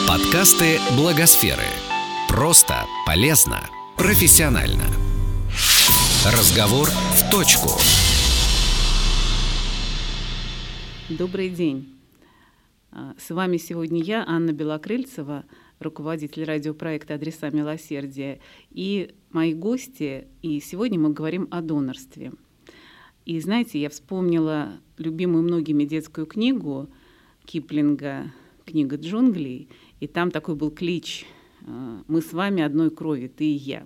Подкасты Благосферы. Просто, полезно, профессионально. Разговор в точку. Добрый день. С вами сегодня я, Анна Белокрыльцева, руководитель радиопроекта «Адреса милосердия», и мои гости. И сегодня мы говорим о донорстве. И знаете, я вспомнила любимую многими детскую книгу Киплинга «Книга джунглей», и там такой был клич: «Мы с вами одной крови, ты и я».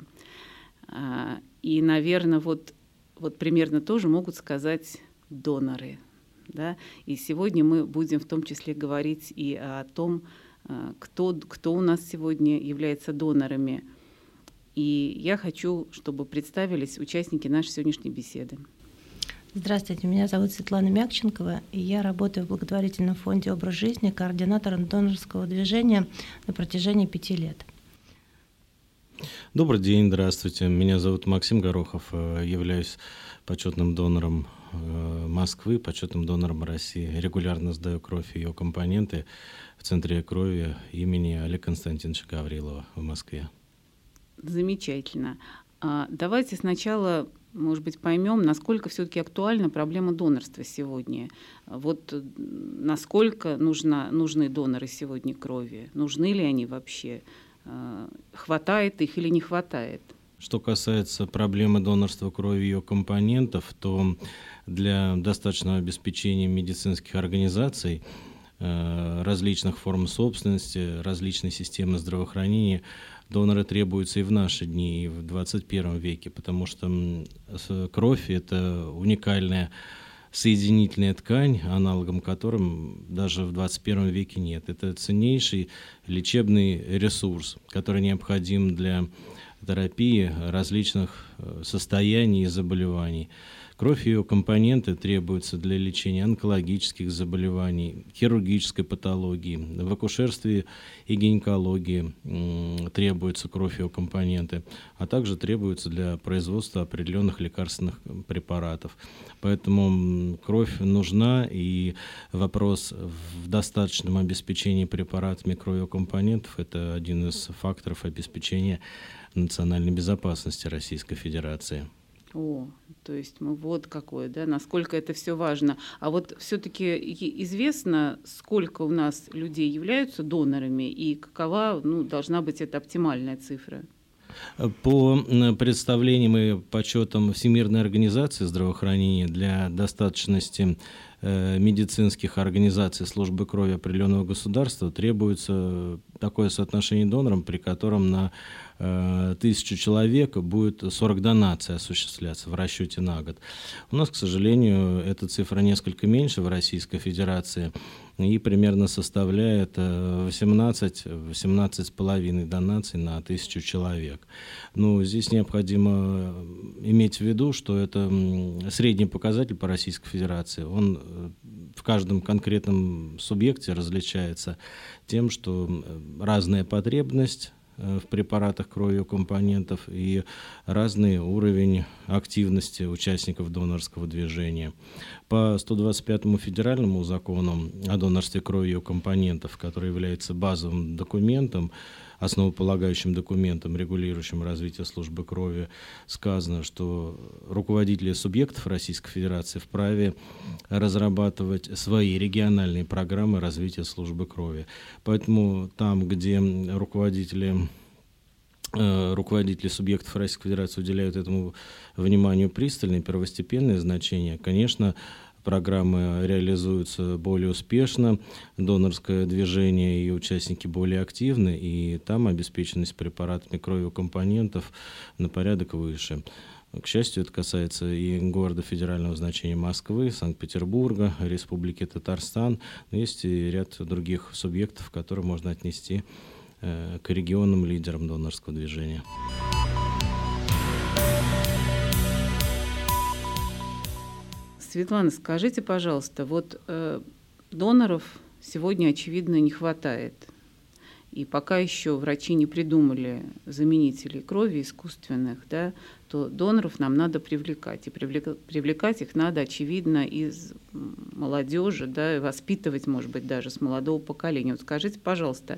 И, наверное, вот примерно тоже могут сказать доноры. Да? И сегодня мы будем в том числе говорить и о том, кто у нас сегодня является донорами. И я хочу, чтобы представились участники нашей сегодняшней беседы. Здравствуйте, меня зовут Светлана Мякченкова, и я работаю в благотворительном фонде «Образ жизни» координатором донорского движения на протяжении 5 лет. Добрый день, здравствуйте. Меня зовут Максим Горохов, являюсь почетным донором Москвы, почетным донором России. Регулярно сдаю кровь и ее компоненты в Центре крови имени Олега Константиновича Гаврилова в Москве. Замечательно. Давайте сначала, может быть, поймем, насколько все-таки актуальна проблема донорства сегодня. Вот насколько нужны доноры сегодня крови? Нужны ли они вообще? Хватает их или не хватает? Что касается проблемы донорства крови и ее компонентов, то для достаточного обеспечения медицинских организаций, различных форм собственности, различной системы здравоохранения доноры требуются и в наши дни, и в 21 веке, потому что кровь – это уникальная соединительная ткань, аналогом которым даже в 21 веке нет. Это ценнейший лечебный ресурс, который необходим для терапии различных состояний и заболеваний. Кровь и ее компоненты требуются для лечения онкологических заболеваний, хирургической патологии, в акушерстве и гинекологии требуются кровь и ее компоненты, а также требуются для производства определенных лекарственных препаратов. Поэтому кровь нужна, и вопрос в достаточном обеспечении препаратами крови и ее компонентов – это один из факторов обеспечения национальной безопасности Российской Федерации. То есть мы вот какое, да, насколько это все важно. А вот все-таки известно, сколько у нас людей являются донорами и какова должна быть эта оптимальная цифра? По представлениям и подсчетам Всемирной организации здравоохранения, для достаточности медицинских организаций службы крови определенного государства требуется такое соотношение доноров, при котором на 1000 человек будет 40 донаций осуществляться в расчете на год. У нас, к сожалению, эта цифра несколько меньше в Российской Федерации и примерно составляет 18,5 донаций на 1000 человек. Но здесь необходимо иметь в виду, что это средний показатель по Российской Федерации. Он в каждом конкретном субъекте различается тем, что разная потребность в препаратах крови и компонентов и разный уровень активности участников донорского движения. По 125-му федеральному закону о донорстве крови и компонентов, который является базовым документом, основополагающим документом, регулирующим развитие службы крови, сказано, что руководители субъектов Российской Федерации вправе разрабатывать свои региональные программы развития службы крови. Поэтому там, где руководители субъектов Российской Федерации уделяют этому вниманию пристальное, первостепенное значение, конечно, программы реализуются более успешно, донорское движение и участники более активны, и там обеспеченность препаратами крови и компонентов на порядок выше. К счастью, это касается и города федерального значения Москвы, Санкт-Петербурга, Республики Татарстан, но есть и ряд других субъектов, которые можно отнести к регионным лидерам донорского движения. Светлана, скажите, пожалуйста, доноров сегодня, очевидно, не хватает. и пока еще врачи не придумали заменителей крови искусственных, да, то доноров нам надо привлекать. И привлекать их надо, очевидно, из молодежи, да, и воспитывать, может быть, даже с молодого поколения. Вот скажите, пожалуйста,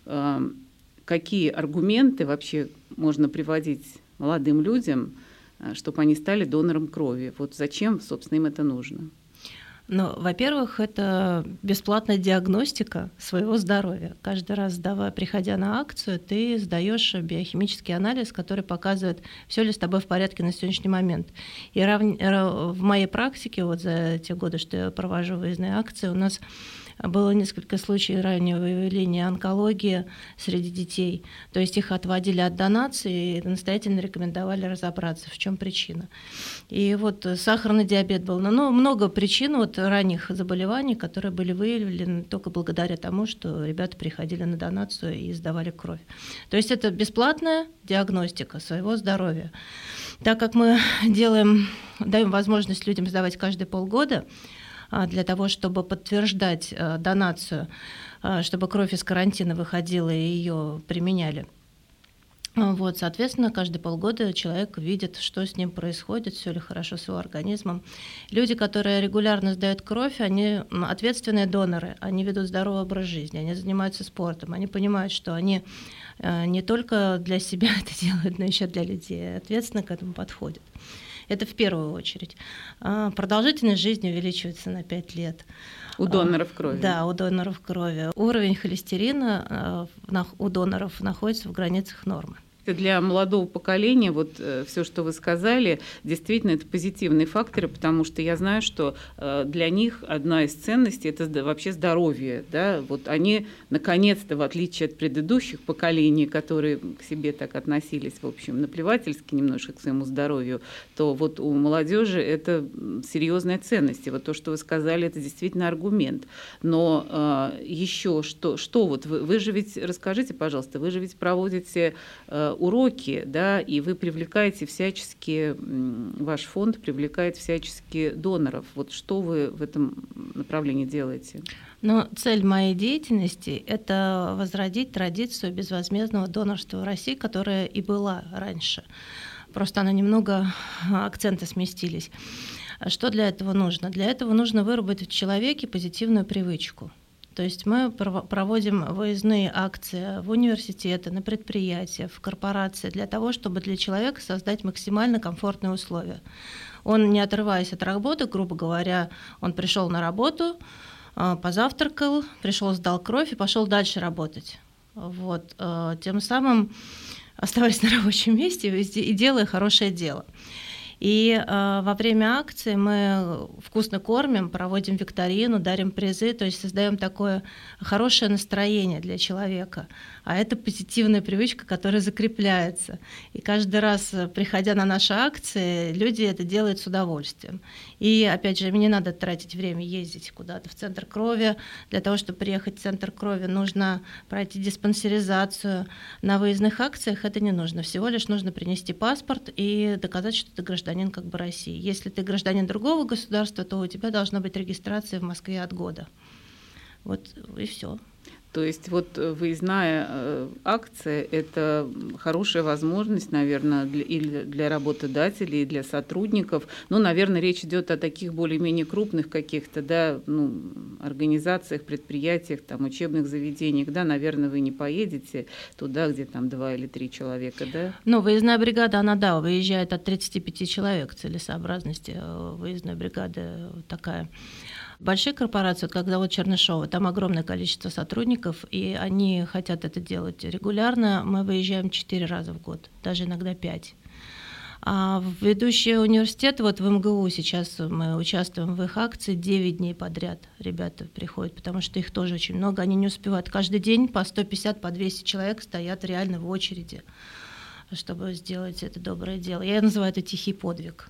какие аргументы вообще можно приводить молодым людям, чтобы они стали донором крови? Вот зачем, собственно, им это нужно? Ну, во-первых, это бесплатная диагностика своего здоровья. Каждый раз, приходя на акцию, ты сдаешь биохимический анализ, который показывает, все ли с тобой в порядке на сегодняшний момент. И в моей практике, вот за те годы, что я провожу выездные акции, у нас было несколько случаев раннего выявления онкологии среди детей. То есть их отводили от донации и настоятельно рекомендовали разобраться, в чем причина. И вот сахарный диабет был. Но много причин вот ранних заболеваний, которые были выявлены только благодаря тому, что ребята приходили на донацию и сдавали кровь. То есть это бесплатная диагностика своего здоровья. Так как мы даем возможность людям сдавать каждые полгода, для того, чтобы подтверждать донацию, чтобы кровь из карантина выходила и ее применяли. Вот, соответственно, каждые полгода человек видит, что с ним происходит, все ли хорошо с его организмом. Люди, которые регулярно сдают кровь, они ответственные доноры, они ведут здоровый образ жизни, они занимаются спортом, они понимают, что они не только для себя это делают, но еще для людей, ответственно к этому подходят. Это в первую очередь. Продолжительность жизни увеличивается на 5 лет. У доноров крови? Да, у доноров крови. Уровень холестерина у доноров находится в границах нормы. Для молодого поколения вот все, что вы сказали, действительно это позитивные факторы, потому что я знаю, что для них одна из ценностей – это вообще здоровье. Да? Вот они наконец-то, в отличие от предыдущих поколений, которые к себе так относились, в общем, наплевательски немножко к своему здоровью, то вот у молодежи это серьезная ценность. И вот то, что вы сказали, это действительно аргумент. Но еще что вот вы же ведь, расскажите, пожалуйста, вы же ведь проводите уроки, да, и вы привлекаете всячески, ваш фонд привлекает всячески доноров. Вот что вы в этом направлении делаете? Но цель моей деятельности – это возродить традицию безвозмездного донорства в России, которая и была раньше. Просто она немного, акценты сместились. Что для этого нужно? Для этого нужно выработать в человеке позитивную привычку. То есть мы проводим выездные акции в университеты, на предприятия, в корпорации для того, чтобы для человека создать максимально комфортные условия. Он, не отрываясь от работы, грубо говоря, он пришел на работу, позавтракал, пришел, сдал кровь и пошел дальше работать. Вот. Тем самым оставаясь на рабочем месте и делая хорошее дело. И во время акции мы вкусно кормим, проводим викторину, дарим призы, то есть создаем такое хорошее настроение для человека. А это позитивная привычка, которая закрепляется. И каждый раз, приходя на наши акции, люди это делают с удовольствием. И опять же, мне не надо тратить время ездить куда-то в центр крови. Для того, чтобы приехать в центр крови, нужно пройти диспансеризацию. На выездных акциях это не нужно. Всего лишь нужно принести паспорт и доказать, что ты гражданин как бы России. Если ты гражданин другого государства, то у тебя должна быть регистрация в Москве от года. Вот и все. То есть вот выездная акция – это хорошая возможность, наверное, и для работодателей, и для сотрудников. Ну, наверное, речь идет о таких более-менее крупных каких-то, да, организациях, предприятиях, там, учебных заведениях. Да, наверное, вы не поедете туда, где там 2 или 3 человека, да? Ну, выездная бригада, она, да, выезжает от 35 человек. Целесообразности выездной бригады такая. Большие корпорации, вот как зовут Чернышова, там огромное количество сотрудников, и они хотят это делать регулярно. Мы выезжаем 4 раза в год, даже иногда 5. А в ведущие университеты, вот в МГУ сейчас мы участвуем в их акции, 9 дней подряд ребята приходят, потому что их тоже очень много, они не успевают. Каждый день по 150, по 200 человек стоят реально в очереди, чтобы сделать это доброе дело. Я называю это тихий подвиг.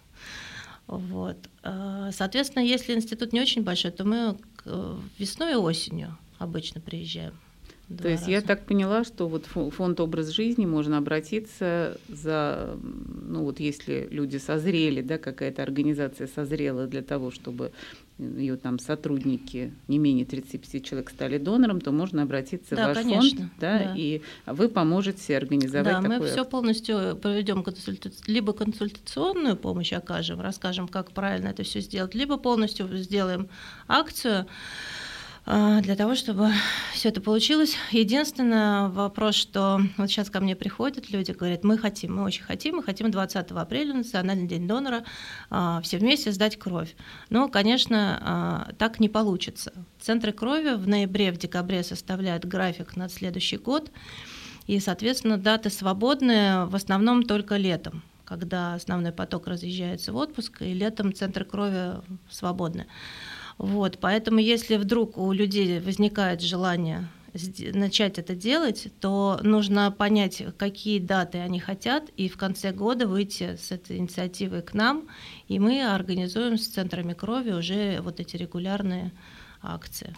Вот. Соответственно, если институт не очень большой, то мы весной и осенью обычно приезжаем. То есть я так поняла, что вот фонд «Образ жизни» можно обратиться за, ну вот если люди созрели, да, какая-то организация созрела для того, чтобы ее там сотрудники, не менее 35 человек, стали донором, то можно обратиться в ваш фонд, да, и вы поможете организовать такой мы все полностью проведем либо консультационную помощь окажем, расскажем, как правильно это все сделать, либо полностью сделаем акцию для того, чтобы все это получилось. Единственное вопрос, что вот сейчас ко мне приходят люди, говорят, мы очень хотим 20 апреля, Национальный день донора, все вместе сдать кровь. Но, конечно, так не получится. Центры крови в ноябре, в декабре составляют график на следующий год, и, соответственно, даты свободные в основном только летом, когда основной поток разъезжается в отпуск, и летом центры крови свободны. Вот, поэтому если вдруг у людей возникает желание начать это делать, то нужно понять, какие даты они хотят, и в конце года выйти с этой инициативой к нам, и мы организуем с центрами крови уже вот эти регулярные акции.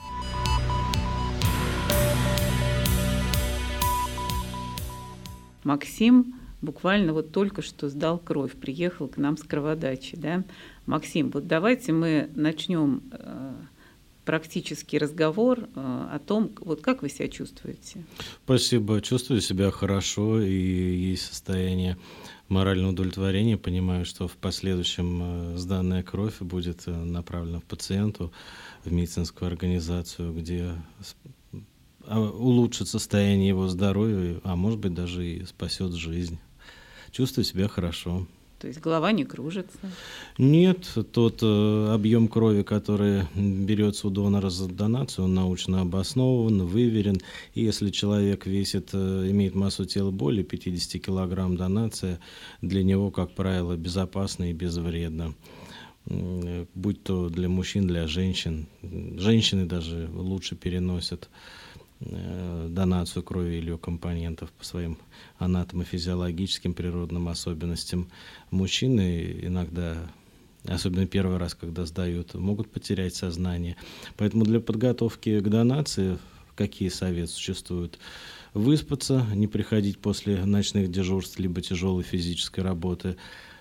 Максим буквально вот только что сдал кровь, приехал к нам с кроводачи, да. Максим, вот давайте мы начнем практический разговор о том, вот как вы себя чувствуете. Спасибо, чувствую себя хорошо, и есть состояние морального удовлетворения. Понимаю, что в последующем сданная кровь будет направлена к пациенту в медицинскую организацию, где улучшит состояние его здоровья, а может быть даже и спасет жизнь. Чувствую себя хорошо. То есть голова не кружится? Нет, тот объем крови, который берется у донора за донацию, он научно обоснован, выверен. И если человек имеет массу тела более 50 килограмм, донация для него, как правило, безопасна и безвредна. Будь то для мужчин, для женщин. Женщины даже лучше переносят донацию крови или ее компонентов по своим анатомофизиологическим природным особенностям. Мужчины иногда, особенно первый раз, когда сдают, могут потерять сознание. Поэтому для подготовки к донации какие советы существуют? Выспаться, не приходить после ночных дежурств либо тяжелой физической работы.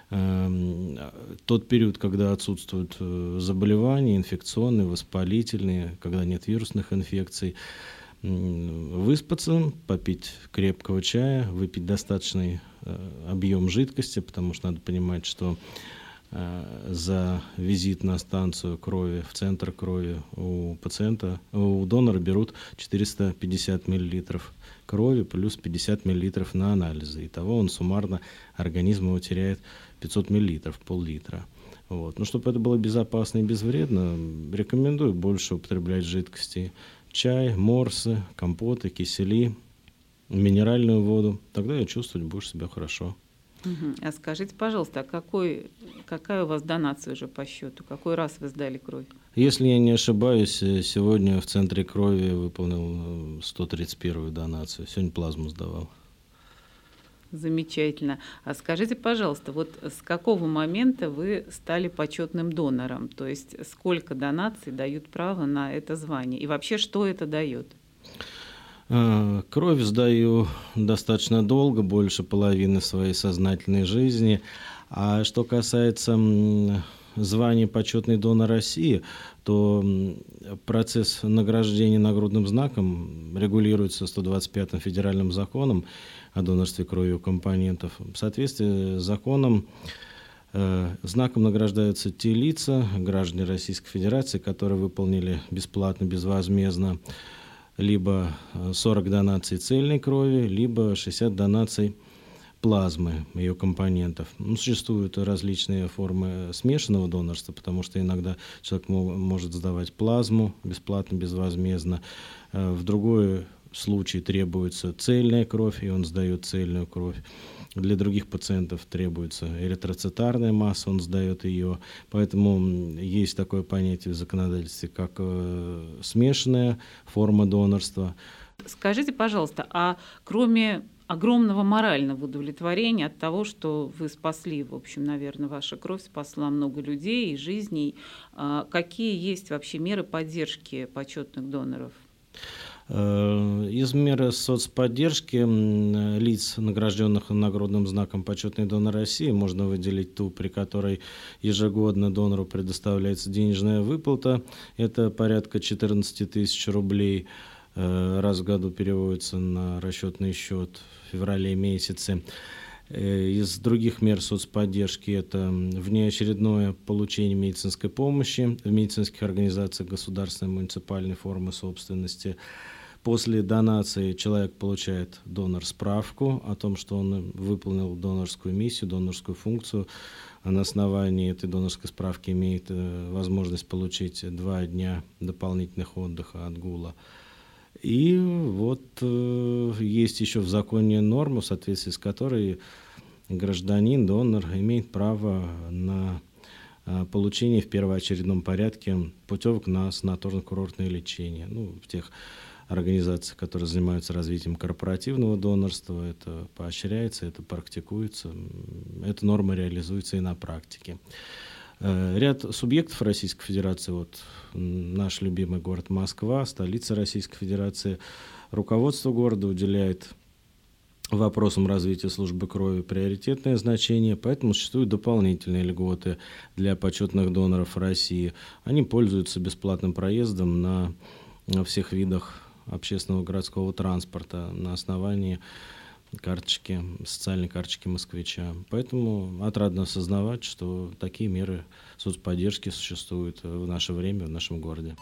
Тот период, когда отсутствуют заболевания инфекционные, воспалительные, когда нет вирусных инфекций, выспаться, попить крепкого чая, выпить достаточный объем жидкости, потому что надо понимать, что за визит на станцию крови, в центр крови у донора берут 450 миллилитров крови плюс 50 миллилитров на анализы. Итого он суммарно, организм его теряет 500 миллилитров, пол-литра. Вот. Но чтобы это было безопасно и безвредно, рекомендую больше употреблять жидкости. Чай, морсы, компоты, кисели, минеральную воду. Тогда я чувствовать будешь себя хорошо. А скажите, пожалуйста, какая у вас донация уже по счету? Какой раз вы сдали кровь? Если я не ошибаюсь, сегодня в центре крови выполнил 131-ю донацию. Сегодня плазму сдавал. Замечательно. А скажите, пожалуйста, вот с какого момента вы стали почетным донором? То есть сколько донаций дают право на это звание? И вообще, что это дает? Кровь сдаю достаточно долго, больше половины своей сознательной жизни. А что касается звания почетный донор России, то процесс награждения нагрудным знаком регулируется 125-м федеральным законом о донорстве крови у компонентов. В соответствии с законом знаком награждаются те лица, граждане Российской Федерации, которые выполнили бесплатно, безвозмездно либо 40 донаций цельной крови, либо 60 донаций плазмы, ее компонентов. Существуют различные формы смешанного донорства, потому что иногда человек может сдавать плазму бесплатно, безвозмездно. В другой случай требуется цельная кровь, и он сдает цельную кровь. Для других пациентов требуется эритроцитарная масса, он сдает ее. Поэтому есть такое понятие в законодательстве, как смешанная форма донорства. Скажите, пожалуйста, а кроме огромного морального удовлетворения от того, что вы спасли, в общем, наверное, ваша кровь спасла много людей и жизней, какие есть вообще меры поддержки почетных доноров? Из меры соцподдержки лиц, награжденных нагрудным знаком «Почетный донор России», можно выделить ту, при которой ежегодно донору предоставляется денежная выплата. Это порядка 14 тысяч рублей. Раз в году переводится на расчетный счет в феврале месяце. Из других мер соцподдержки это внеочередное получение медицинской помощи в медицинских организациях государственной и муниципальной формы собственности. После донации человек получает донор-справку о том, что он выполнил донорскую миссию, донорскую функцию. А на основании этой донорской справки имеет возможность получить 2 дня дополнительных отдыха от ГУЛа. И вот есть еще в законе норма, в соответствии с которой гражданин, донор имеет право на получение в первоочередном порядке путевок на санаторно-курортное лечение. В тех организациях, которые занимаются развитием корпоративного донорства, это поощряется, это практикуется, эта норма реализуется и на практике. Ряд субъектов Российской Федерации, вот наш любимый город Москва, столица Российской Федерации, руководство города уделяет вопросам развития службы крови приоритетное значение, поэтому существуют дополнительные льготы для почетных доноров России. Они пользуются бесплатным проездом на всех видах общественного городского транспорта на основании социальной карточки москвича. Поэтому отрадно осознавать, что такие меры соцподдержки существуют в наше время в нашем городе.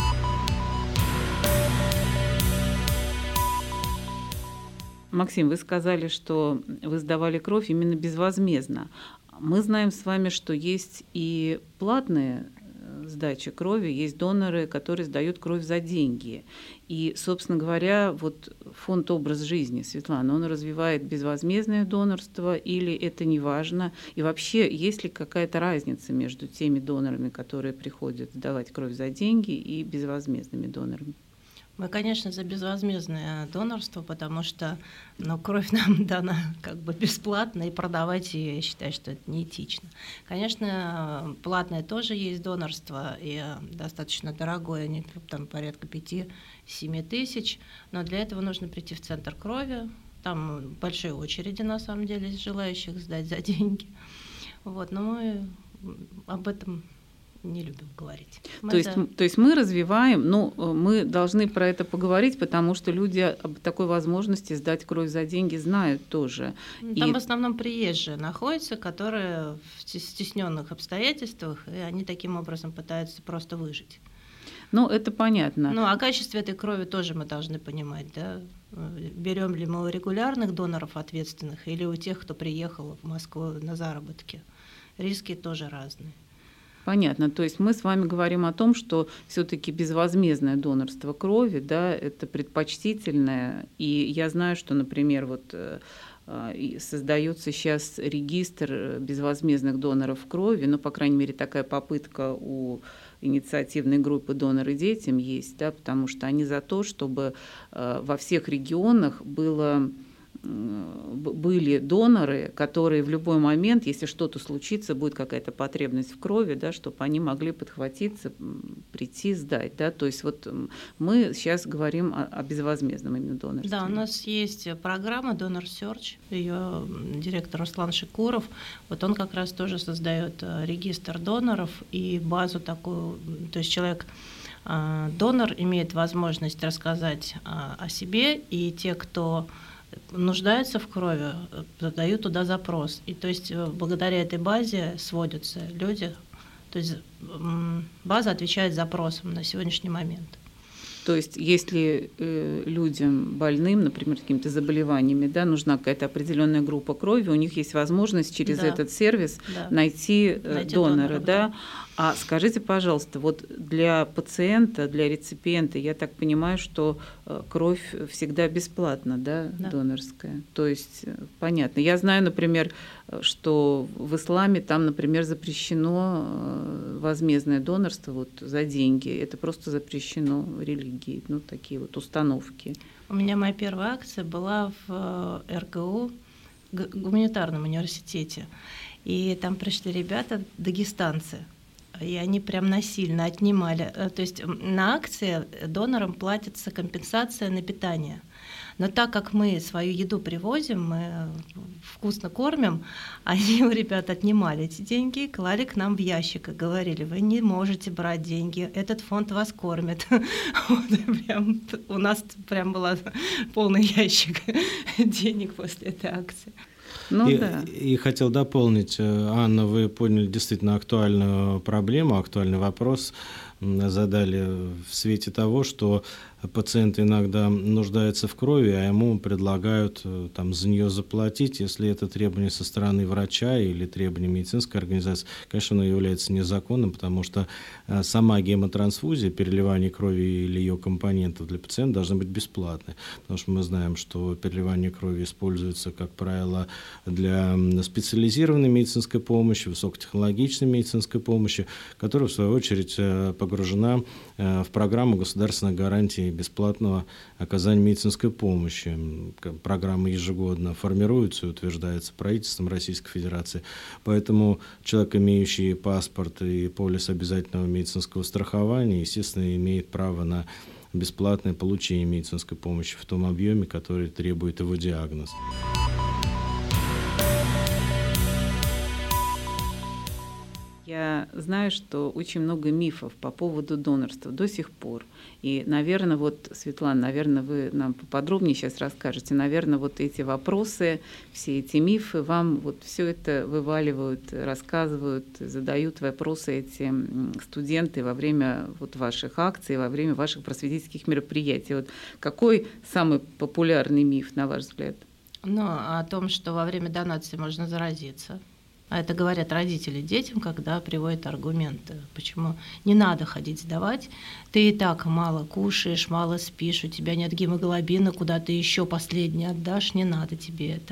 Максим, вы сказали, что вы сдавали кровь именно безвозмездно. Мы знаем с вами, что есть и платные сдачи крови, есть доноры, которые сдают кровь за деньги. И, собственно говоря, вот фонд «Образ жизни», Светлана, он развивает безвозмездное донорство или это не важно? И вообще, есть ли какая-то разница между теми донорами, которые приходят сдавать кровь за деньги, и безвозмездными донорами? Мы, конечно, за безвозмездное донорство, потому что кровь нам дана бесплатно, и продавать ее, я считаю, что это неэтично. Конечно, платное тоже есть донорство, и достаточно дорогое, они там порядка 5-7 тысяч, но для этого нужно прийти в центр крови, там большие очереди, на самом деле, желающих сдать за деньги. Но мы об этом не любим говорить. То есть мы развиваем, мы должны про это поговорить, потому что люди об такой возможности сдать кровь за деньги знают тоже. Там в основном приезжие находятся, которые в стесненных обстоятельствах, и они таким образом пытаются просто выжить. Это понятно. О качестве этой крови тоже мы должны понимать, да? Берем ли мы у регулярных доноров ответственных или у тех, кто приехал в Москву на заработки. Риски тоже разные. Понятно. То есть мы с вами говорим о том, что все-таки безвозмездное донорство крови, да, это предпочтительное. И я знаю, что, например, создается сейчас регистр безвозмездных доноров крови, по крайней мере, такая попытка у инициативной группы «Доноры детям» есть, да, потому что они за то, чтобы во всех регионах были доноры, которые в любой момент, если что-то случится, будет какая-то потребность в крови, да, чтобы они могли подхватиться, прийти, сдать. Да? То есть мы сейчас говорим о безвозмездном именно донорстве. Да, у нас есть программа «Донор Search», ее директор Руслан Шикуров. Он как раз тоже создает регистр доноров и базу такую, то есть донор имеет возможность рассказать о себе, и те, кто нуждаются в крови, подают туда запрос. И то есть благодаря этой базе сводятся люди. То есть база отвечает запросам на сегодняшний момент. То есть если людям больным, например, какими-то заболеваниями, да, нужна какая-то определенная группа крови, у них есть возможность через этот сервис найти донора. Да? А скажите, пожалуйста, для пациента, для реципиента, я так понимаю, что кровь всегда бесплатна, да, донорская? То есть понятно. Я знаю, например, что в исламе там, например, запрещено возмездное донорство за деньги. Это просто запрещено религией, такие установки. У меня моя первая акция была в РГУ, гуманитарном университете, и там пришли ребята, дагестанцы, и они прям насильно отнимали. То есть на акции донорам платится компенсация на питание. Но так как мы свою еду привозим, мы вкусно кормим, они у ребят отнимали эти деньги, клали к нам в ящик и говорили: вы не можете брать деньги, этот фонд вас кормит. У нас прям был полный ящик денег после этой акции. И хотел дополнить, Анна, вы поняли действительно актуальную проблему, актуальный вопрос, задали в свете того, что пациент иногда нуждается в крови, а ему предлагают там за нее заплатить. Если это требование со стороны врача или требование медицинской организации, конечно, оно является незаконным, потому что сама гемотрансфузия, переливание крови или ее компонентов для пациента должны быть бесплатны. Потому что мы знаем, что переливание крови используется, как правило, для специализированной медицинской помощи, высокотехнологичной медицинской помощи, которая, в свою очередь, погружена в программу государственной гарантии бесплатного оказания медицинской помощи. Программа ежегодно формируется и утверждается правительством Российской Федерации. Поэтому человек, имеющий паспорт и полис обязательного медицинского страхования, естественно, имеет право на бесплатное получение медицинской помощи в том объеме, который требует его диагноз. Я знаю, что очень много мифов по поводу донорства до сих пор. И, наверное, вот, Светлана, наверное, вы нам поподробнее сейчас расскажете. Наверное, вот эти вопросы, все эти мифы вам вот все это вываливают, рассказывают, задают вопросы эти студенты во время вот ваших акций, во время ваших просветительских мероприятий. Вот какой самый популярный миф, на ваш взгляд? О том, что во время донации можно заразиться. А это говорят родители детям, когда приводят аргументы. Почему не надо ходить сдавать? Ты и так мало кушаешь, мало спишь, у тебя нет гемоглобина, куда ты еще последнее отдашь, не надо тебе это.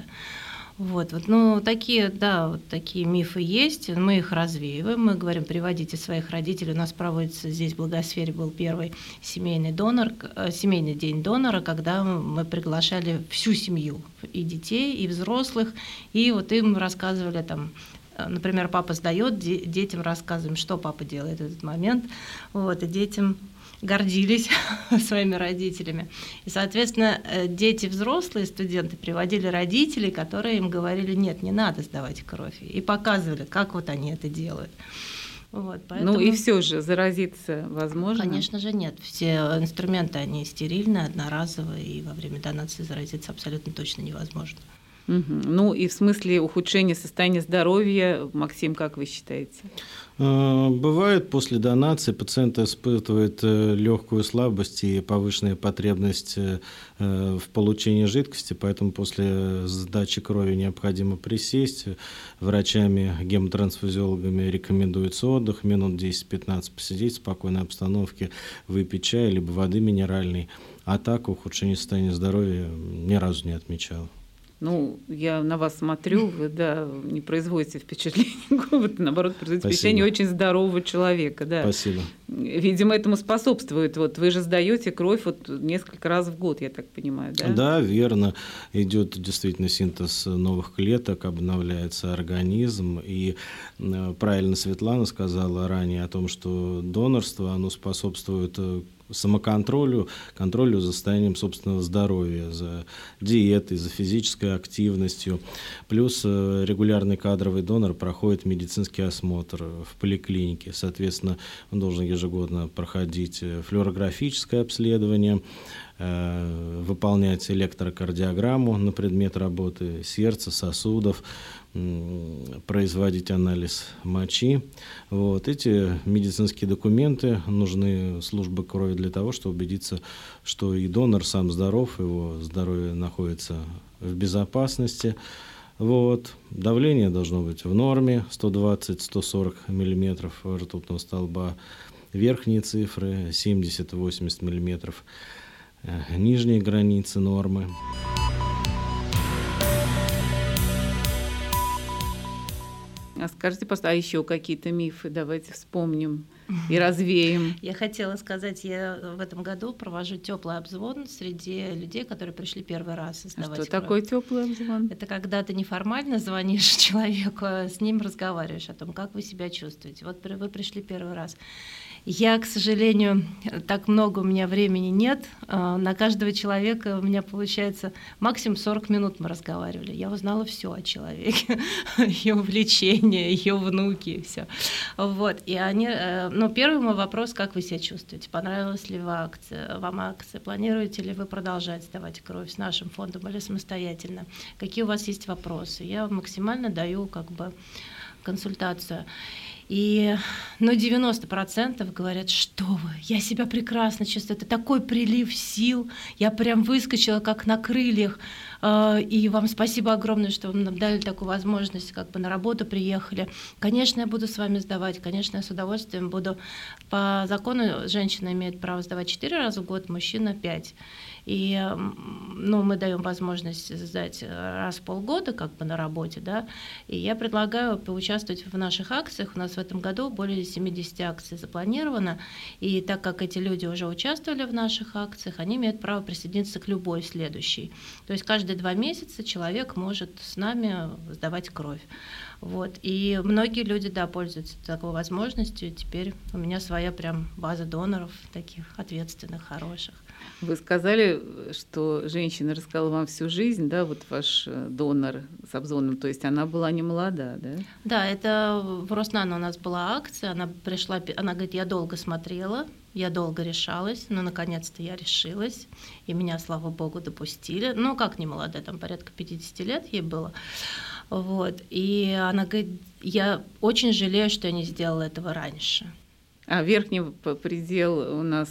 Такие мифы есть, мы их развеиваем, мы говорим: приводите своих родителей. У нас проводится здесь в Благосфере был первый семейный день донора, когда мы приглашали всю семью, и детей, и взрослых, и вот им рассказывали там. Например, папа сдает, детям рассказываем, что папа делает в этот момент, и детям гордились своими родителями. И, соответственно, дети, взрослые студенты приводили родителей, которые им говорили: нет, не надо сдавать кровь, и показывали, как вот они это делают. Поэтому... и все же заразиться возможно? Конечно же нет. Все инструменты, они стерильные, одноразовые, и во время донации заразиться абсолютно точно невозможно. И в смысле ухудшения состояния здоровья, Максим, как вы считаете? Бывает, после донации пациент испытывает легкую слабость и повышенную потребность в получении жидкости, поэтому после сдачи крови необходимо присесть. Врачами, гемотрансфузиологами рекомендуется отдых, минут 10-15 посидеть в спокойной обстановке, выпить чай либо воды минеральной. А так ухудшение состояния здоровья ни разу не отмечал. Я на вас смотрю, вы, не производите впечатление, наоборот, производите впечатление очень здорового человека. Да. Спасибо. Видимо, этому способствует. Вы же сдаете кровь несколько раз в год, я так понимаю, да? Да, верно. Идет действительно синтез новых клеток, обновляется организм. И правильно Светлана сказала ранее о том, что донорство, оно способствует самоконтролю, контролю за состоянием собственного здоровья, за диетой, за физической активностью. Плюс регулярный кадровый донор проходит медицинский осмотр в поликлинике. Соответственно, он должен ежегодно проходить флюорографическое обследование, выполнять электрокардиограмму на предмет работы сердца, сосудов, производить анализ мочи. Эти медицинские документы нужны службе крови для того, чтобы убедиться, что и донор сам здоров, его здоровье находится в безопасности. Давление должно быть в норме, 120-140 мм ртутного столба, верхние цифры 70-80 мм, нижние границы нормы. А скажите, просто, а еще какие-то мифы, давайте вспомним. и развеем. Я хотела сказать, я в этом году провожу теплый обзвон среди людей, которые пришли первый раз сдавать кровь. Что такое теплый обзвон? Это когда ты неформально звонишь человеку, с ним разговариваешь о том, как вы себя чувствуете. Вот вы пришли первый раз. Я, к сожалению, так много у меня времени нет. На каждого человека у меня получается максимум 40 минут мы разговаривали. Я узнала все о человеке, ее увлечения, ее внуки, все. Вот. И они, первый мой вопрос: как вы себя чувствуете? Понравилась ли вам акция? Планируете ли вы продолжать сдавать кровь с нашим фондом или самостоятельно? Какие у вас есть вопросы? Я максимально даю консультацию. И 90% говорят: что вы, я себя прекрасно чувствую, это такой прилив сил, я прям выскочила как на крыльях, и вам спасибо огромное, что вы нам дали такую возможность, на работу приехали. Конечно, я буду с вами сдавать, конечно, я с удовольствием буду. По закону женщина имеет право сдавать 4 раза в год, мужчина 5. И мы даем возможность сдать раз в полгода на работе, да, и я предлагаю поучаствовать в наших акциях. У нас в этом году более 70 акций запланировано, и так как эти люди уже участвовали в наших акциях, они имеют право присоединиться к любой следующей. То есть каждые 2 месяца человек может с нами сдавать кровь. Вот. И многие люди, пользуются такой возможностью. Теперь у меня своя прям база доноров, таких ответственных, хороших. Вы сказали, что женщина рассказала вам всю жизнь, да, вот ваш донор с обзвоном, то есть она была не молода, да? Да, это в Роснано у нас была акция, она пришла, она говорит: я долго смотрела, я долго решалась, но наконец-то я решилась, и меня, слава богу, допустили. Как не молодая, там порядка 50 лет ей было. Вот. И она говорит: я очень жалею, что я не сделала этого раньше. А верхний предел у нас,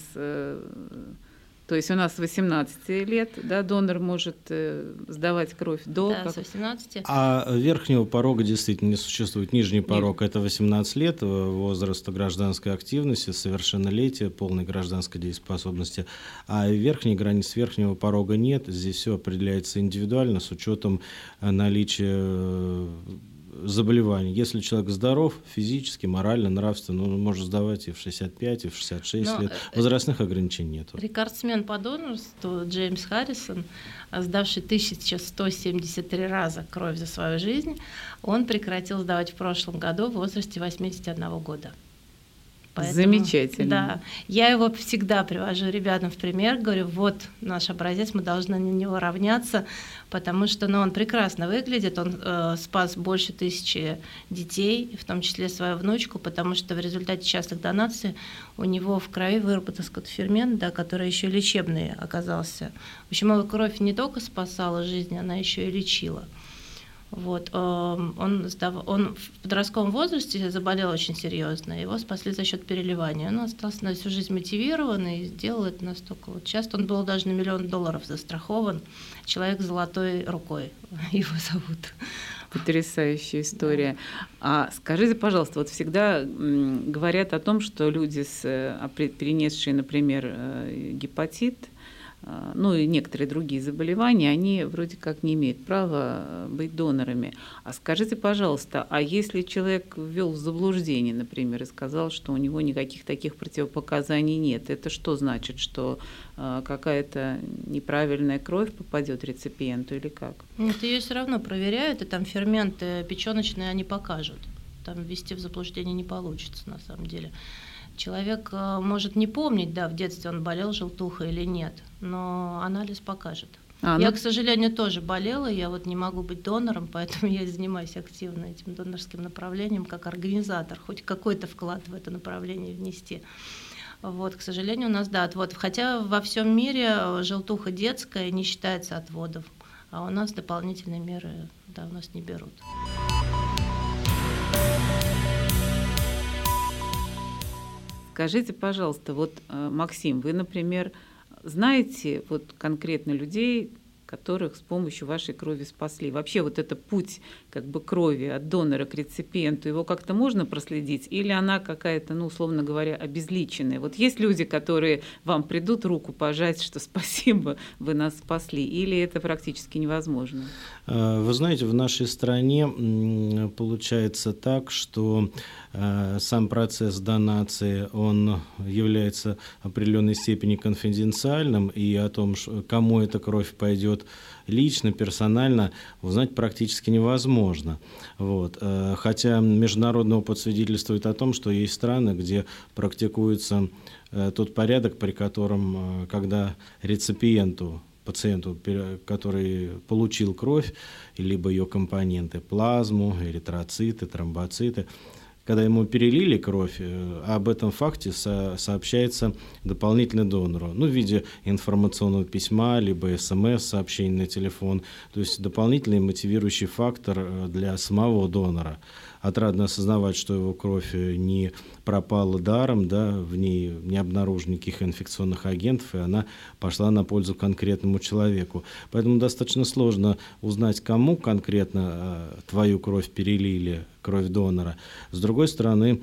то есть у нас с 18 лет, да, донор может сдавать кровь до... Да, с 18. А верхнего порога действительно не существует. Нижний порог — это 18 лет, возраста гражданской активности, совершеннолетия, полной гражданской дееспособности. А верхней границы, верхнего порога нет. Здесь все определяется индивидуально с учетом наличия заболеваний. Если человек здоров физически, морально, нравственно, он может сдавать и в 65, и в 66 лет. Возрастных ограничений нет. Рекордсмен по донорству Джеймс Харрисон, сдавший 1173 раза кровь за свою жизнь, он прекратил сдавать в прошлом году в возрасте 81 года. Поэтому, замечательно. Да, я его всегда привожу ребятам в пример, говорю: вот наш образец, мы должны на него равняться, потому что он прекрасно выглядит, он спас больше 1000 детей, в том числе свою внучку, потому что в результате частых донаций у него в крови выработался фермент, да, который еще лечебный оказался. В общем, его кровь не только спасала жизнь, она еще и лечила. Вот. Он в подростковом возрасте заболел очень серьезно, его спасли за счет переливания. Он остался на всю жизнь мотивирован и сделал это настолько. Часто он был даже на $1 миллион застрахован. Человек с золотой рукой, его зовут. Потрясающая история. Да. А скажите, пожалуйста, вот всегда говорят о том, что люди, перенесшие, например, гепатит, и некоторые другие заболевания, они вроде как не имеют права быть донорами. А скажите, пожалуйста, а если человек ввел в заблуждение, например, и сказал, что у него никаких таких противопоказаний нет, это что значит, что какая-то неправильная кровь попадет реципиенту или как? Нет, ее все равно проверяют, и там ферменты печёночные они покажут. Там ввести в заблуждение не получится на самом деле. Человек может не помнить, да, в детстве он болел желтухой или нет, но анализ покажет. Я, к сожалению, тоже болела, я не могу быть донором, поэтому я занимаюсь активно этим донорским направлением как организатор, хоть какой-то вклад в это направление внести. Вот, к сожалению, у нас, да, отвод. Хотя во всем мире желтуха детская не считается отводом, а у нас дополнительные меры, да, у нас не берут. Скажите, пожалуйста, Максим, вы, например, знаете конкретно людей, которых с помощью вашей крови спасли? Вообще это путь крови от донора к реципиенту, его как-то можно проследить? Или она какая-то, условно говоря, обезличенная? Есть люди, которые вам придут руку пожать, что спасибо, вы нас спасли? Или это практически невозможно? Вы знаете, в нашей стране получается так, что сам процесс донации, он является в определенной степени конфиденциальным, и о том, кому эта кровь пойдет лично, персонально, узнать практически невозможно. Вот. Хотя международный опыт свидетельствует о том, что есть страны, где практикуется тот порядок, при котором, когда реципиенту, пациенту, который получил кровь, либо ее компоненты, плазму, эритроциты, тромбоциты, когда ему перелили кровь, об этом факте сообщается дополнительно донору, в виде информационного письма, либо СМС-сообщений на телефон, то есть дополнительный мотивирующий фактор для самого донора. Отрадно осознавать, что его кровь не пропала даром, в ней не обнаружено никаких инфекционных агентов, и она пошла на пользу конкретному человеку. Поэтому достаточно сложно узнать, кому конкретно твою кровь перелили, кровь донора. С другой стороны,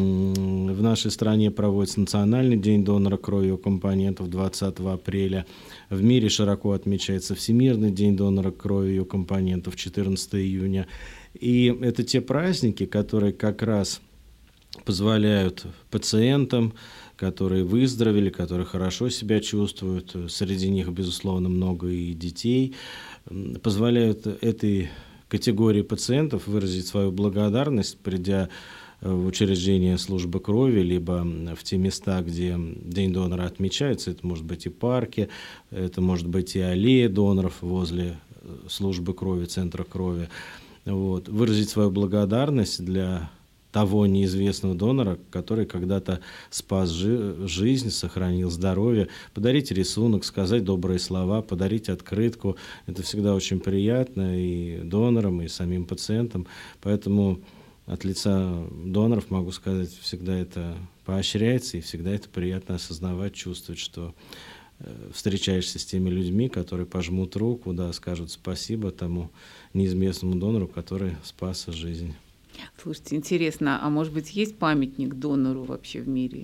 в нашей стране проводится Национальный день донора крови и компонентов 20 апреля. В мире широко отмечается Всемирный день донора крови и компонентов 14 июня. И это те праздники, которые как раз позволяют пациентам, которые выздоровели, которые хорошо себя чувствуют, среди них, безусловно, много и детей, позволяют этой категории пациентов выразить свою благодарность, придя в учреждение службы крови, либо в те места, где День донора отмечается. Это может быть и парки, это может быть и аллея доноров возле службы крови, центра крови. Вот. Выразить свою благодарность для того неизвестного донора, который когда-то спас жизнь, сохранил здоровье, подарить рисунок, сказать добрые слова, подарить открытку. Это всегда очень приятно и донорам, и самим пациентам. Поэтому от лица доноров могу сказать, всегда это поощряется, и всегда это приятно осознавать, чувствовать, что встречаешься с теми людьми, которые пожмут руку, скажут спасибо тому неизвестному донору, который спас жизнь. Слушайте, интересно, а может быть есть памятник донору вообще в мире?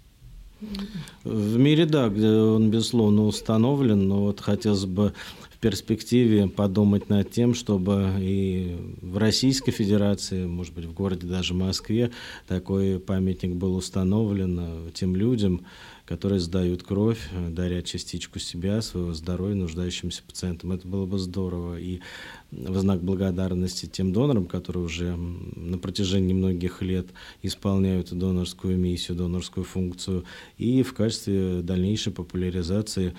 В мире, где он, безусловно, установлен, но хотелось бы в перспективе подумать над тем, чтобы и в Российской Федерации, может быть, в городе даже Москве, такой памятник был установлен тем людям, которые сдают кровь, даря частичку себя, своего здоровья нуждающимся пациентам. Это было бы здорово. И в знак благодарности тем донорам, которые уже на протяжении многих лет исполняют донорскую миссию, донорскую функцию, и в качестве дальнейшей популяризации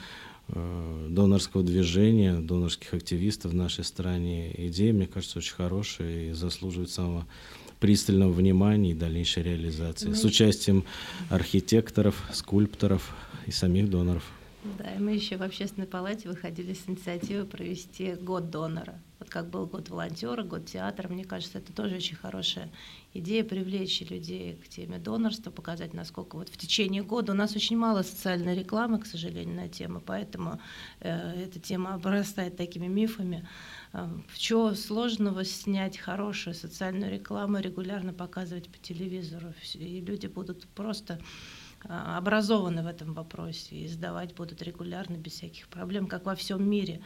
донорского движения, донорских активистов в нашей стране. Идея, мне кажется, очень хорошая и заслуживает самого пристального внимания и дальнейшей реализации с участием архитекторов, скульпторов и самих доноров. Да, и мы еще в Общественной палате выходили с инициативой провести год донора. Вот как был год волонтера, год театра, мне кажется, это тоже очень хорошая идея привлечь людей к теме донорства, показать, насколько в течение года у нас очень мало социальной рекламы, к сожалению, на тему, поэтому эта тема обрастает такими мифами. В чего сложного снять хорошую социальную рекламу, регулярно показывать по телевизору, и люди будут просто образованы в этом вопросе и сдавать будут регулярно, без всяких проблем, как во всем мире.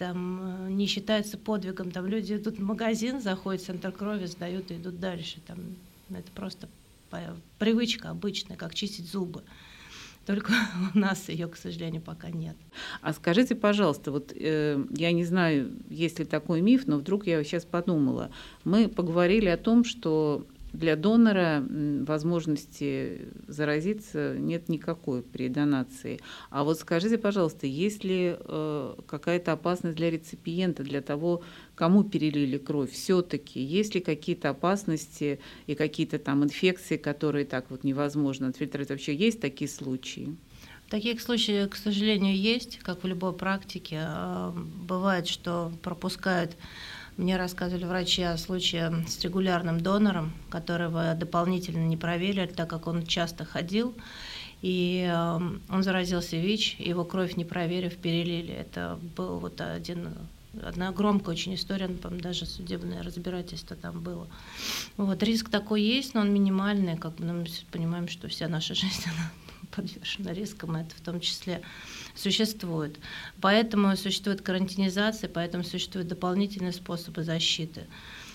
Там не считается подвигом, там люди идут в магазин, заходят в центр крови, сдают и идут дальше. Там, это просто привычка обычная, как чистить зубы. Только у нас ее, к сожалению, пока нет. А скажите, пожалуйста, я не знаю, есть ли такой миф, но вдруг я сейчас подумала. Мы поговорили о том, что для донора возможности заразиться нет никакой при донации. А вот скажите, пожалуйста, есть ли какая-то опасность для реципиента, для того, кому перелили кровь? Все-таки есть ли какие-то опасности и какие-то там инфекции, которые так невозможно отфильтровать? Вообще есть такие случаи? Таких случаев, к сожалению, есть, как в любой практике. Бывает, что пропускают. Мне рассказывали врачи о случае с регулярным донором, которого дополнительно не проверили, так как он часто ходил, и он заразился ВИЧ, его кровь не проверив, перелили. Это был одна громкая очень история, по-моему, даже судебное разбирательство там было. Риск такой есть, но он минимальный, мы понимаем, что вся наша жизнь она подвержена рискам, это в том числе существует. Поэтому существует карантинизация, поэтому существуют дополнительные способы защиты.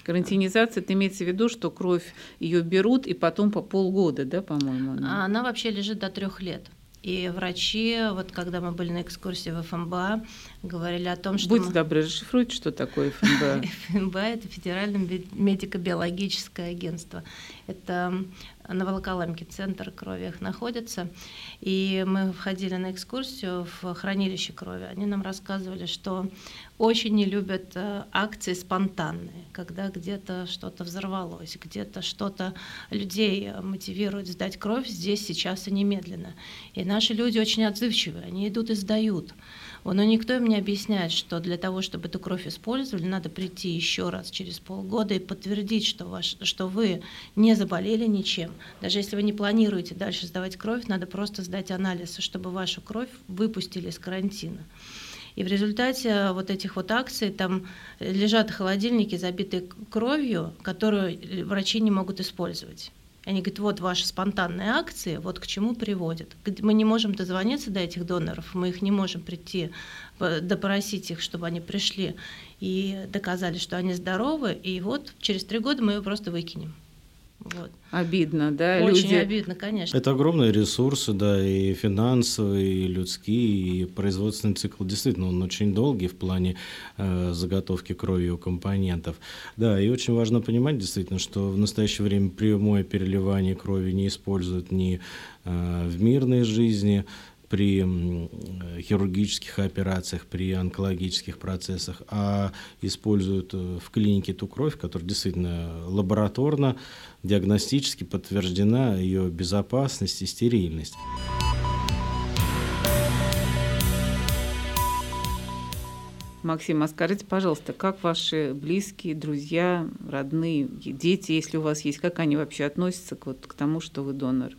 Карантинизация, это имеется в виду, что кровь ее берут и потом по полгода, да, по-моему? Она вообще лежит до 3 лет. И врачи, вот когда мы были на экскурсии в ФМБА, говорили о том, что... Будьте добры, расшифруйте, что такое ФМБА. ФМБА – это Федеральное медико-биологическое агентство. Это на Волоколамке центр крови их находится. И мы входили на экскурсию в хранилище крови. Они нам рассказывали, что очень не любят акции спонтанные, когда где-то что-то взорвалось, где-то что-то людей мотивирует сдать кровь здесь, сейчас и немедленно. И наши люди очень отзывчивые, они идут и сдают. Но никто им не объясняет, что для того, чтобы эту кровь использовали, надо прийти еще раз через полгода и подтвердить, что вы не заболели ничем. Даже если вы не планируете дальше сдавать кровь, надо просто сдать анализы, чтобы вашу кровь выпустили из карантина. И в результате вот этих вот акций там лежат холодильники, забитые кровью, которую врачи не могут использовать. Они говорят, вот ваши спонтанные акции, вот к чему приводят. Мы не можем дозвониться до этих доноров, мы их не можем прийти, допросить их, чтобы они пришли и доказали, что они здоровы, и вот через 3 года мы ее просто выкинем. Вот. Обидно, да? Очень обидно, конечно. Это огромные ресурсы, да, и финансовые, и людские, и производственный цикл. Действительно, он очень долгий в плане заготовки крови у компонентов. Да, и очень важно понимать, действительно, что в настоящее время прямое переливание крови не используют ни в мирной жизни, при хирургических операциях, при онкологических процессах, а используют в клинике ту кровь, которая действительно лабораторно, диагностически подтверждена ее безопасность и стерильность. Максим, а скажите, пожалуйста, как ваши близкие, друзья, родные, дети, если у вас есть, как они вообще относятся к тому, что вы донор?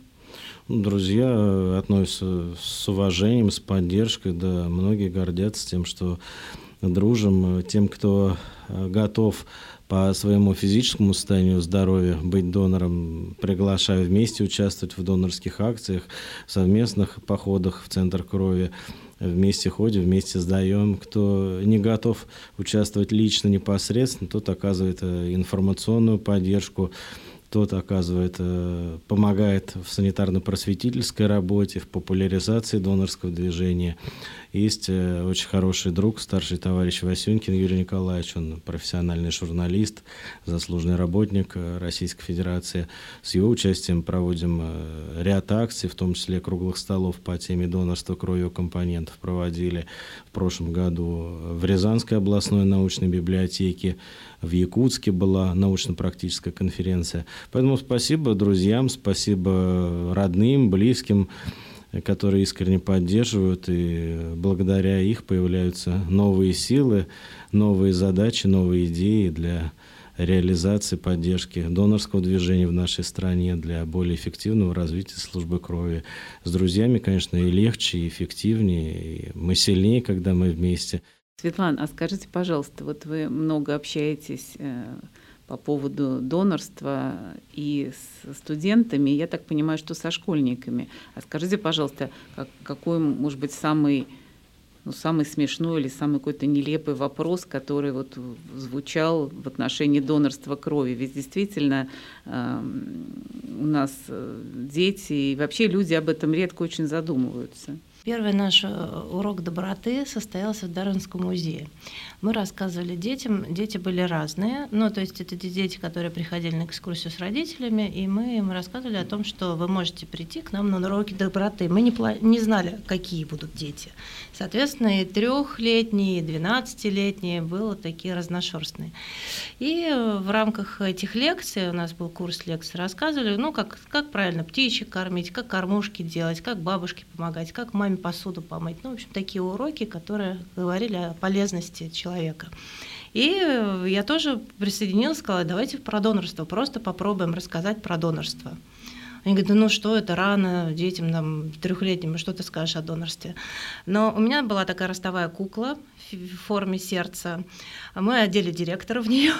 Друзья относятся с уважением, с поддержкой, да, многие гордятся тем, что дружим. Тем, кто готов по своему физическому состоянию здоровья быть донором, приглашаю вместе участвовать в донорских акциях, совместных походах в центр крови. Вместе ходим, вместе сдаем. Кто не готов участвовать лично, непосредственно, тот оказывает информационную поддержку, тот помогает в санитарно-просветительской работе, в популяризации донорского движения. Есть очень хороший друг, старший товарищ Васюнькин Юрий Николаевич, он профессиональный журналист, заслуженный работник Российской Федерации. С его участием проводим ряд акций, в том числе круглых столов по теме донорства крови у компонентов проводили в прошлом году в Рязанской областной научной библиотеке, в Якутске была научно-практическая конференция. Поэтому спасибо друзьям, спасибо родным, близким, которые искренне поддерживают, и благодаря их появляются новые силы, новые задачи, новые идеи для реализации, поддержки донорского движения в нашей стране, для более эффективного развития службы крови. С друзьями, конечно, и легче, и эффективнее, и мы сильнее, когда мы вместе. Светлана, а скажите, пожалуйста, вот вы много общаетесь по поводу донорства и с студентами, я так понимаю, что со школьниками. А скажите, пожалуйста, какой, может быть, самый смешной или самый какой-то нелепый вопрос, который вот звучал в отношении донорства крови? Ведь действительно у нас дети и вообще люди об этом редко очень задумываются. Первый наш урок доброты состоялся в Дарвинском музее. Мы рассказывали детям, дети были разные, то есть это дети, которые приходили на экскурсию с родителями, и мы им рассказывали о том, что вы можете прийти к нам на уроки доброты. Мы не знали, какие будут дети. Соответственно, и 3-летние, и 12-летние были такие разношерстные. И в рамках этих лекций, у нас был курс лекций, рассказывали, как правильно птичек кормить, как кормушки делать, как бабушке помогать, как маме посуду помыть. В общем, такие уроки, которые говорили о полезности человека. И я тоже присоединилась, сказала, давайте про донорство, просто попробуем рассказать про донорство. Они говорят, что это рано детям, 3-летним, что ты скажешь о донорстве? Но у меня была такая ростовая кукла в форме сердца. Мы одели директора в нее,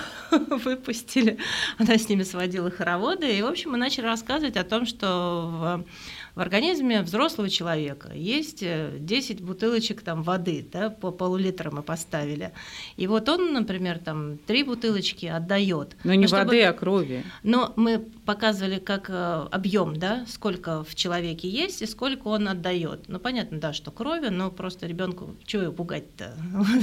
выпустили. Она с ними сводила хороводы. И, в общем, мы начали рассказывать о том, что в организме взрослого человека есть 10 бутылочек там, воды, да, по пол-литра мы поставили. И вот он, например, там 3 бутылочки отдает. Но не воды, а крови. Но мы показывали как объем, да, сколько в человеке есть и сколько он отдает. Ну, понятно, да, что крови, но просто ребенку чего его пугать-то?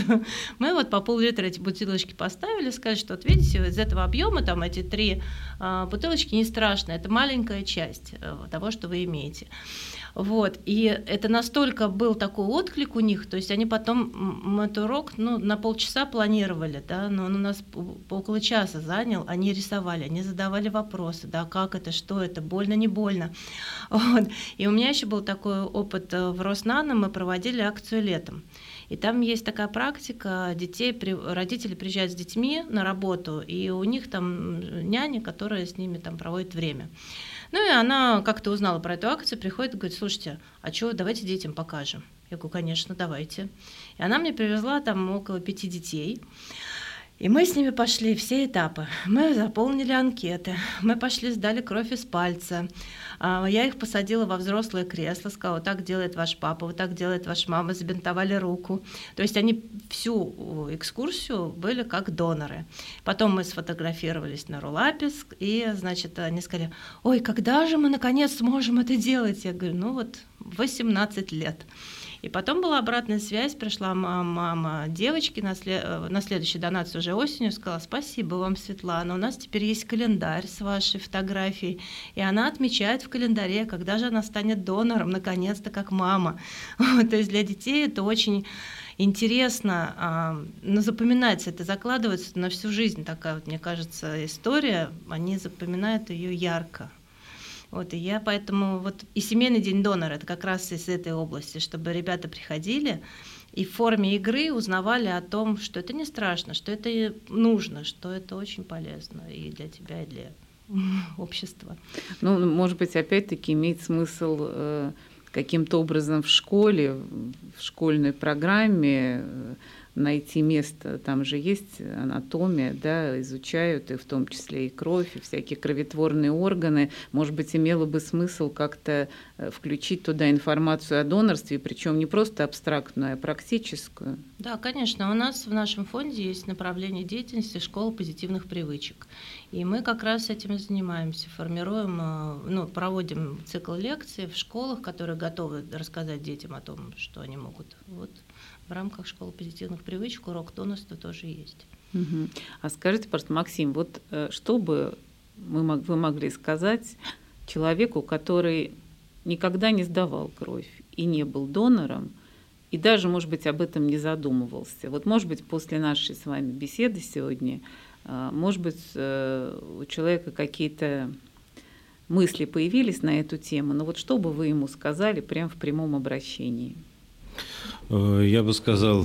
Мы вот по пол-литра эти бутылочки поставили, сказали, что вот видите, из этого объема там эти 3 бутылочки не страшно, это маленькая часть того, что вы имеете. Вот. И это настолько был такой отклик у них, то есть они потом этот урок на полчаса планировали, да, но он у нас около часа занял, они рисовали, они задавали вопросы, да, как это, что это, больно, не больно. Вот. И у меня еще был такой опыт в Роснано, мы проводили акцию летом. И там есть такая практика, родители приезжают с детьми на работу, и у них там няня, которая с ними там проводит время. Ну и она как-то узнала про эту акцию, приходит и говорит: слушайте, а что, давайте детям покажем. Я говорю: конечно, давайте. И она мне привезла там около 5 детей. И мы с ними пошли все этапы. Мы заполнили анкеты, мы пошли, сдали кровь из пальца. Я их посадила во взрослое кресло, сказала: вот так делает ваш папа, вот так делает ваша мама, забинтовали руку. То есть они всю экскурсию были как доноры. Потом мы сфотографировались на роллапис, и, значит, они сказали: ой, когда же мы наконец сможем это делать? Я говорю: ну вот 18 лет. И потом была обратная связь, пришла мама девочки на следующей донации уже осенью, сказала: спасибо вам, Светлана, у нас теперь есть календарь с вашей фотографией, и она отмечает в календаре, когда же она станет донором, наконец-то, как мама. Вот, то есть для детей это очень интересно, но запоминается, это закладывается на всю жизнь, такая вот, мне кажется, история, они запоминают ее ярко. Вот, и я поэтому вот и семейный день донора — это как раз из этой области, чтобы ребята приходили и в форме игры узнавали о том, что это не страшно, что это нужно, что это очень полезно и для тебя, и для общества. Ну, может быть, опять-таки имеет смысл каким-то образом в школе, в школьной программе найти место, там же есть анатомия, да, изучают, и в том числе и кровь, и всякие кроветворные органы. Может быть, имело бы смысл как-то включить туда информацию о донорстве, причем не просто абстрактную, а практическую. Да, конечно. У нас в нашем фонде есть направление деятельности «Школа позитивных привычек». И мы как раз этим и занимаемся, формируем, проводим цикл лекций в школах, которые готовы рассказать детям о том, что они могут. Вот в рамках школы позитивных привычек урок донорства тоже есть. Угу. А скажите, просто, Максим, вот что бы вы могли сказать человеку, который никогда не сдавал кровь и не был донором, и даже, может быть, об этом не задумывался? Вот, может быть, после нашей с вами беседы сегодня, может быть, у человека какие-то мысли появились на эту тему, но вот что бы вы ему сказали прямо в прямом обращении? Я бы сказал: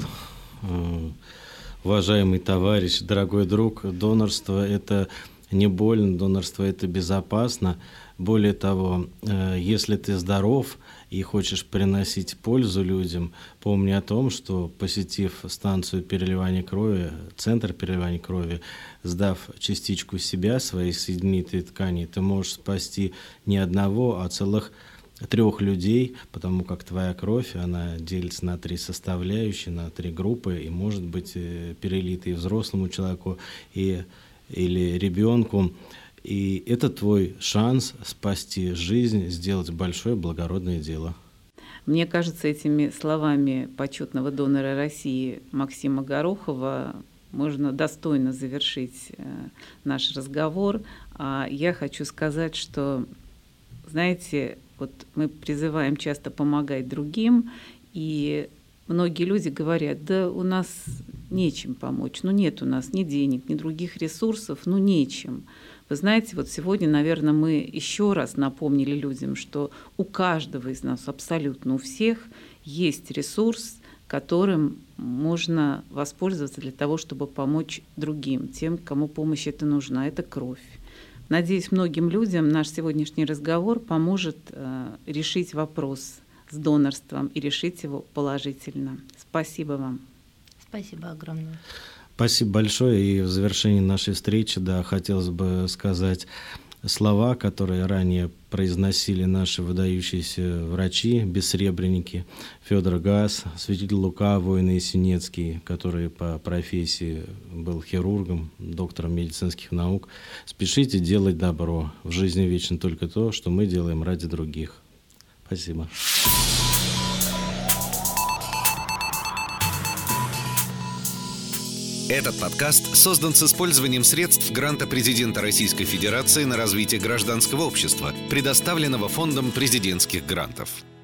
уважаемый товарищ, дорогой друг, донорство – это не больно, донорство – это безопасно. Более того, если ты здоров и хочешь приносить пользу людям, помни о том, что, посетив станцию переливания крови, центр переливания крови, сдав частичку себя, своей соединительной ткани, ты можешь спасти не одного, а целых 3 людей, потому как твоя кровь, она делится на 3 составляющие, на 3 группы, и может быть перелита и взрослому человеку, или ребенку. И это твой шанс спасти жизнь, сделать большое благородное дело. Мне кажется, этими словами почетного донора России Максима Горохова можно достойно завершить наш разговор. Я хочу сказать, что, знаете, вот мы призываем часто помогать другим, и многие люди говорят: да у нас нечем помочь, нет у нас ни денег, ни других ресурсов, нечем. Вы знаете, вот сегодня, наверное, мы еще раз напомнили людям, что у каждого из нас, абсолютно у всех, есть ресурс, которым можно воспользоваться для того, чтобы помочь другим, тем, кому помощь эта нужна. Это кровь. Надеюсь, многим людям наш сегодняшний разговор поможет решить вопрос с донорством и решить его положительно. Спасибо вам. Спасибо огромное. Спасибо большое. И в завершении нашей встречи, хотелось бы сказать слова, которые ранее произносили наши выдающиеся врачи, бессребреники, Федор Гаас, святитель Лука, воин Есенинский, который по профессии был хирургом, доктором медицинских наук. Спешите делать добро. В жизни вечно только то, что мы делаем ради других. Спасибо. Этот подкаст создан с использованием средств гранта президента Российской Федерации на развитие гражданского общества, предоставленного Фондом президентских грантов.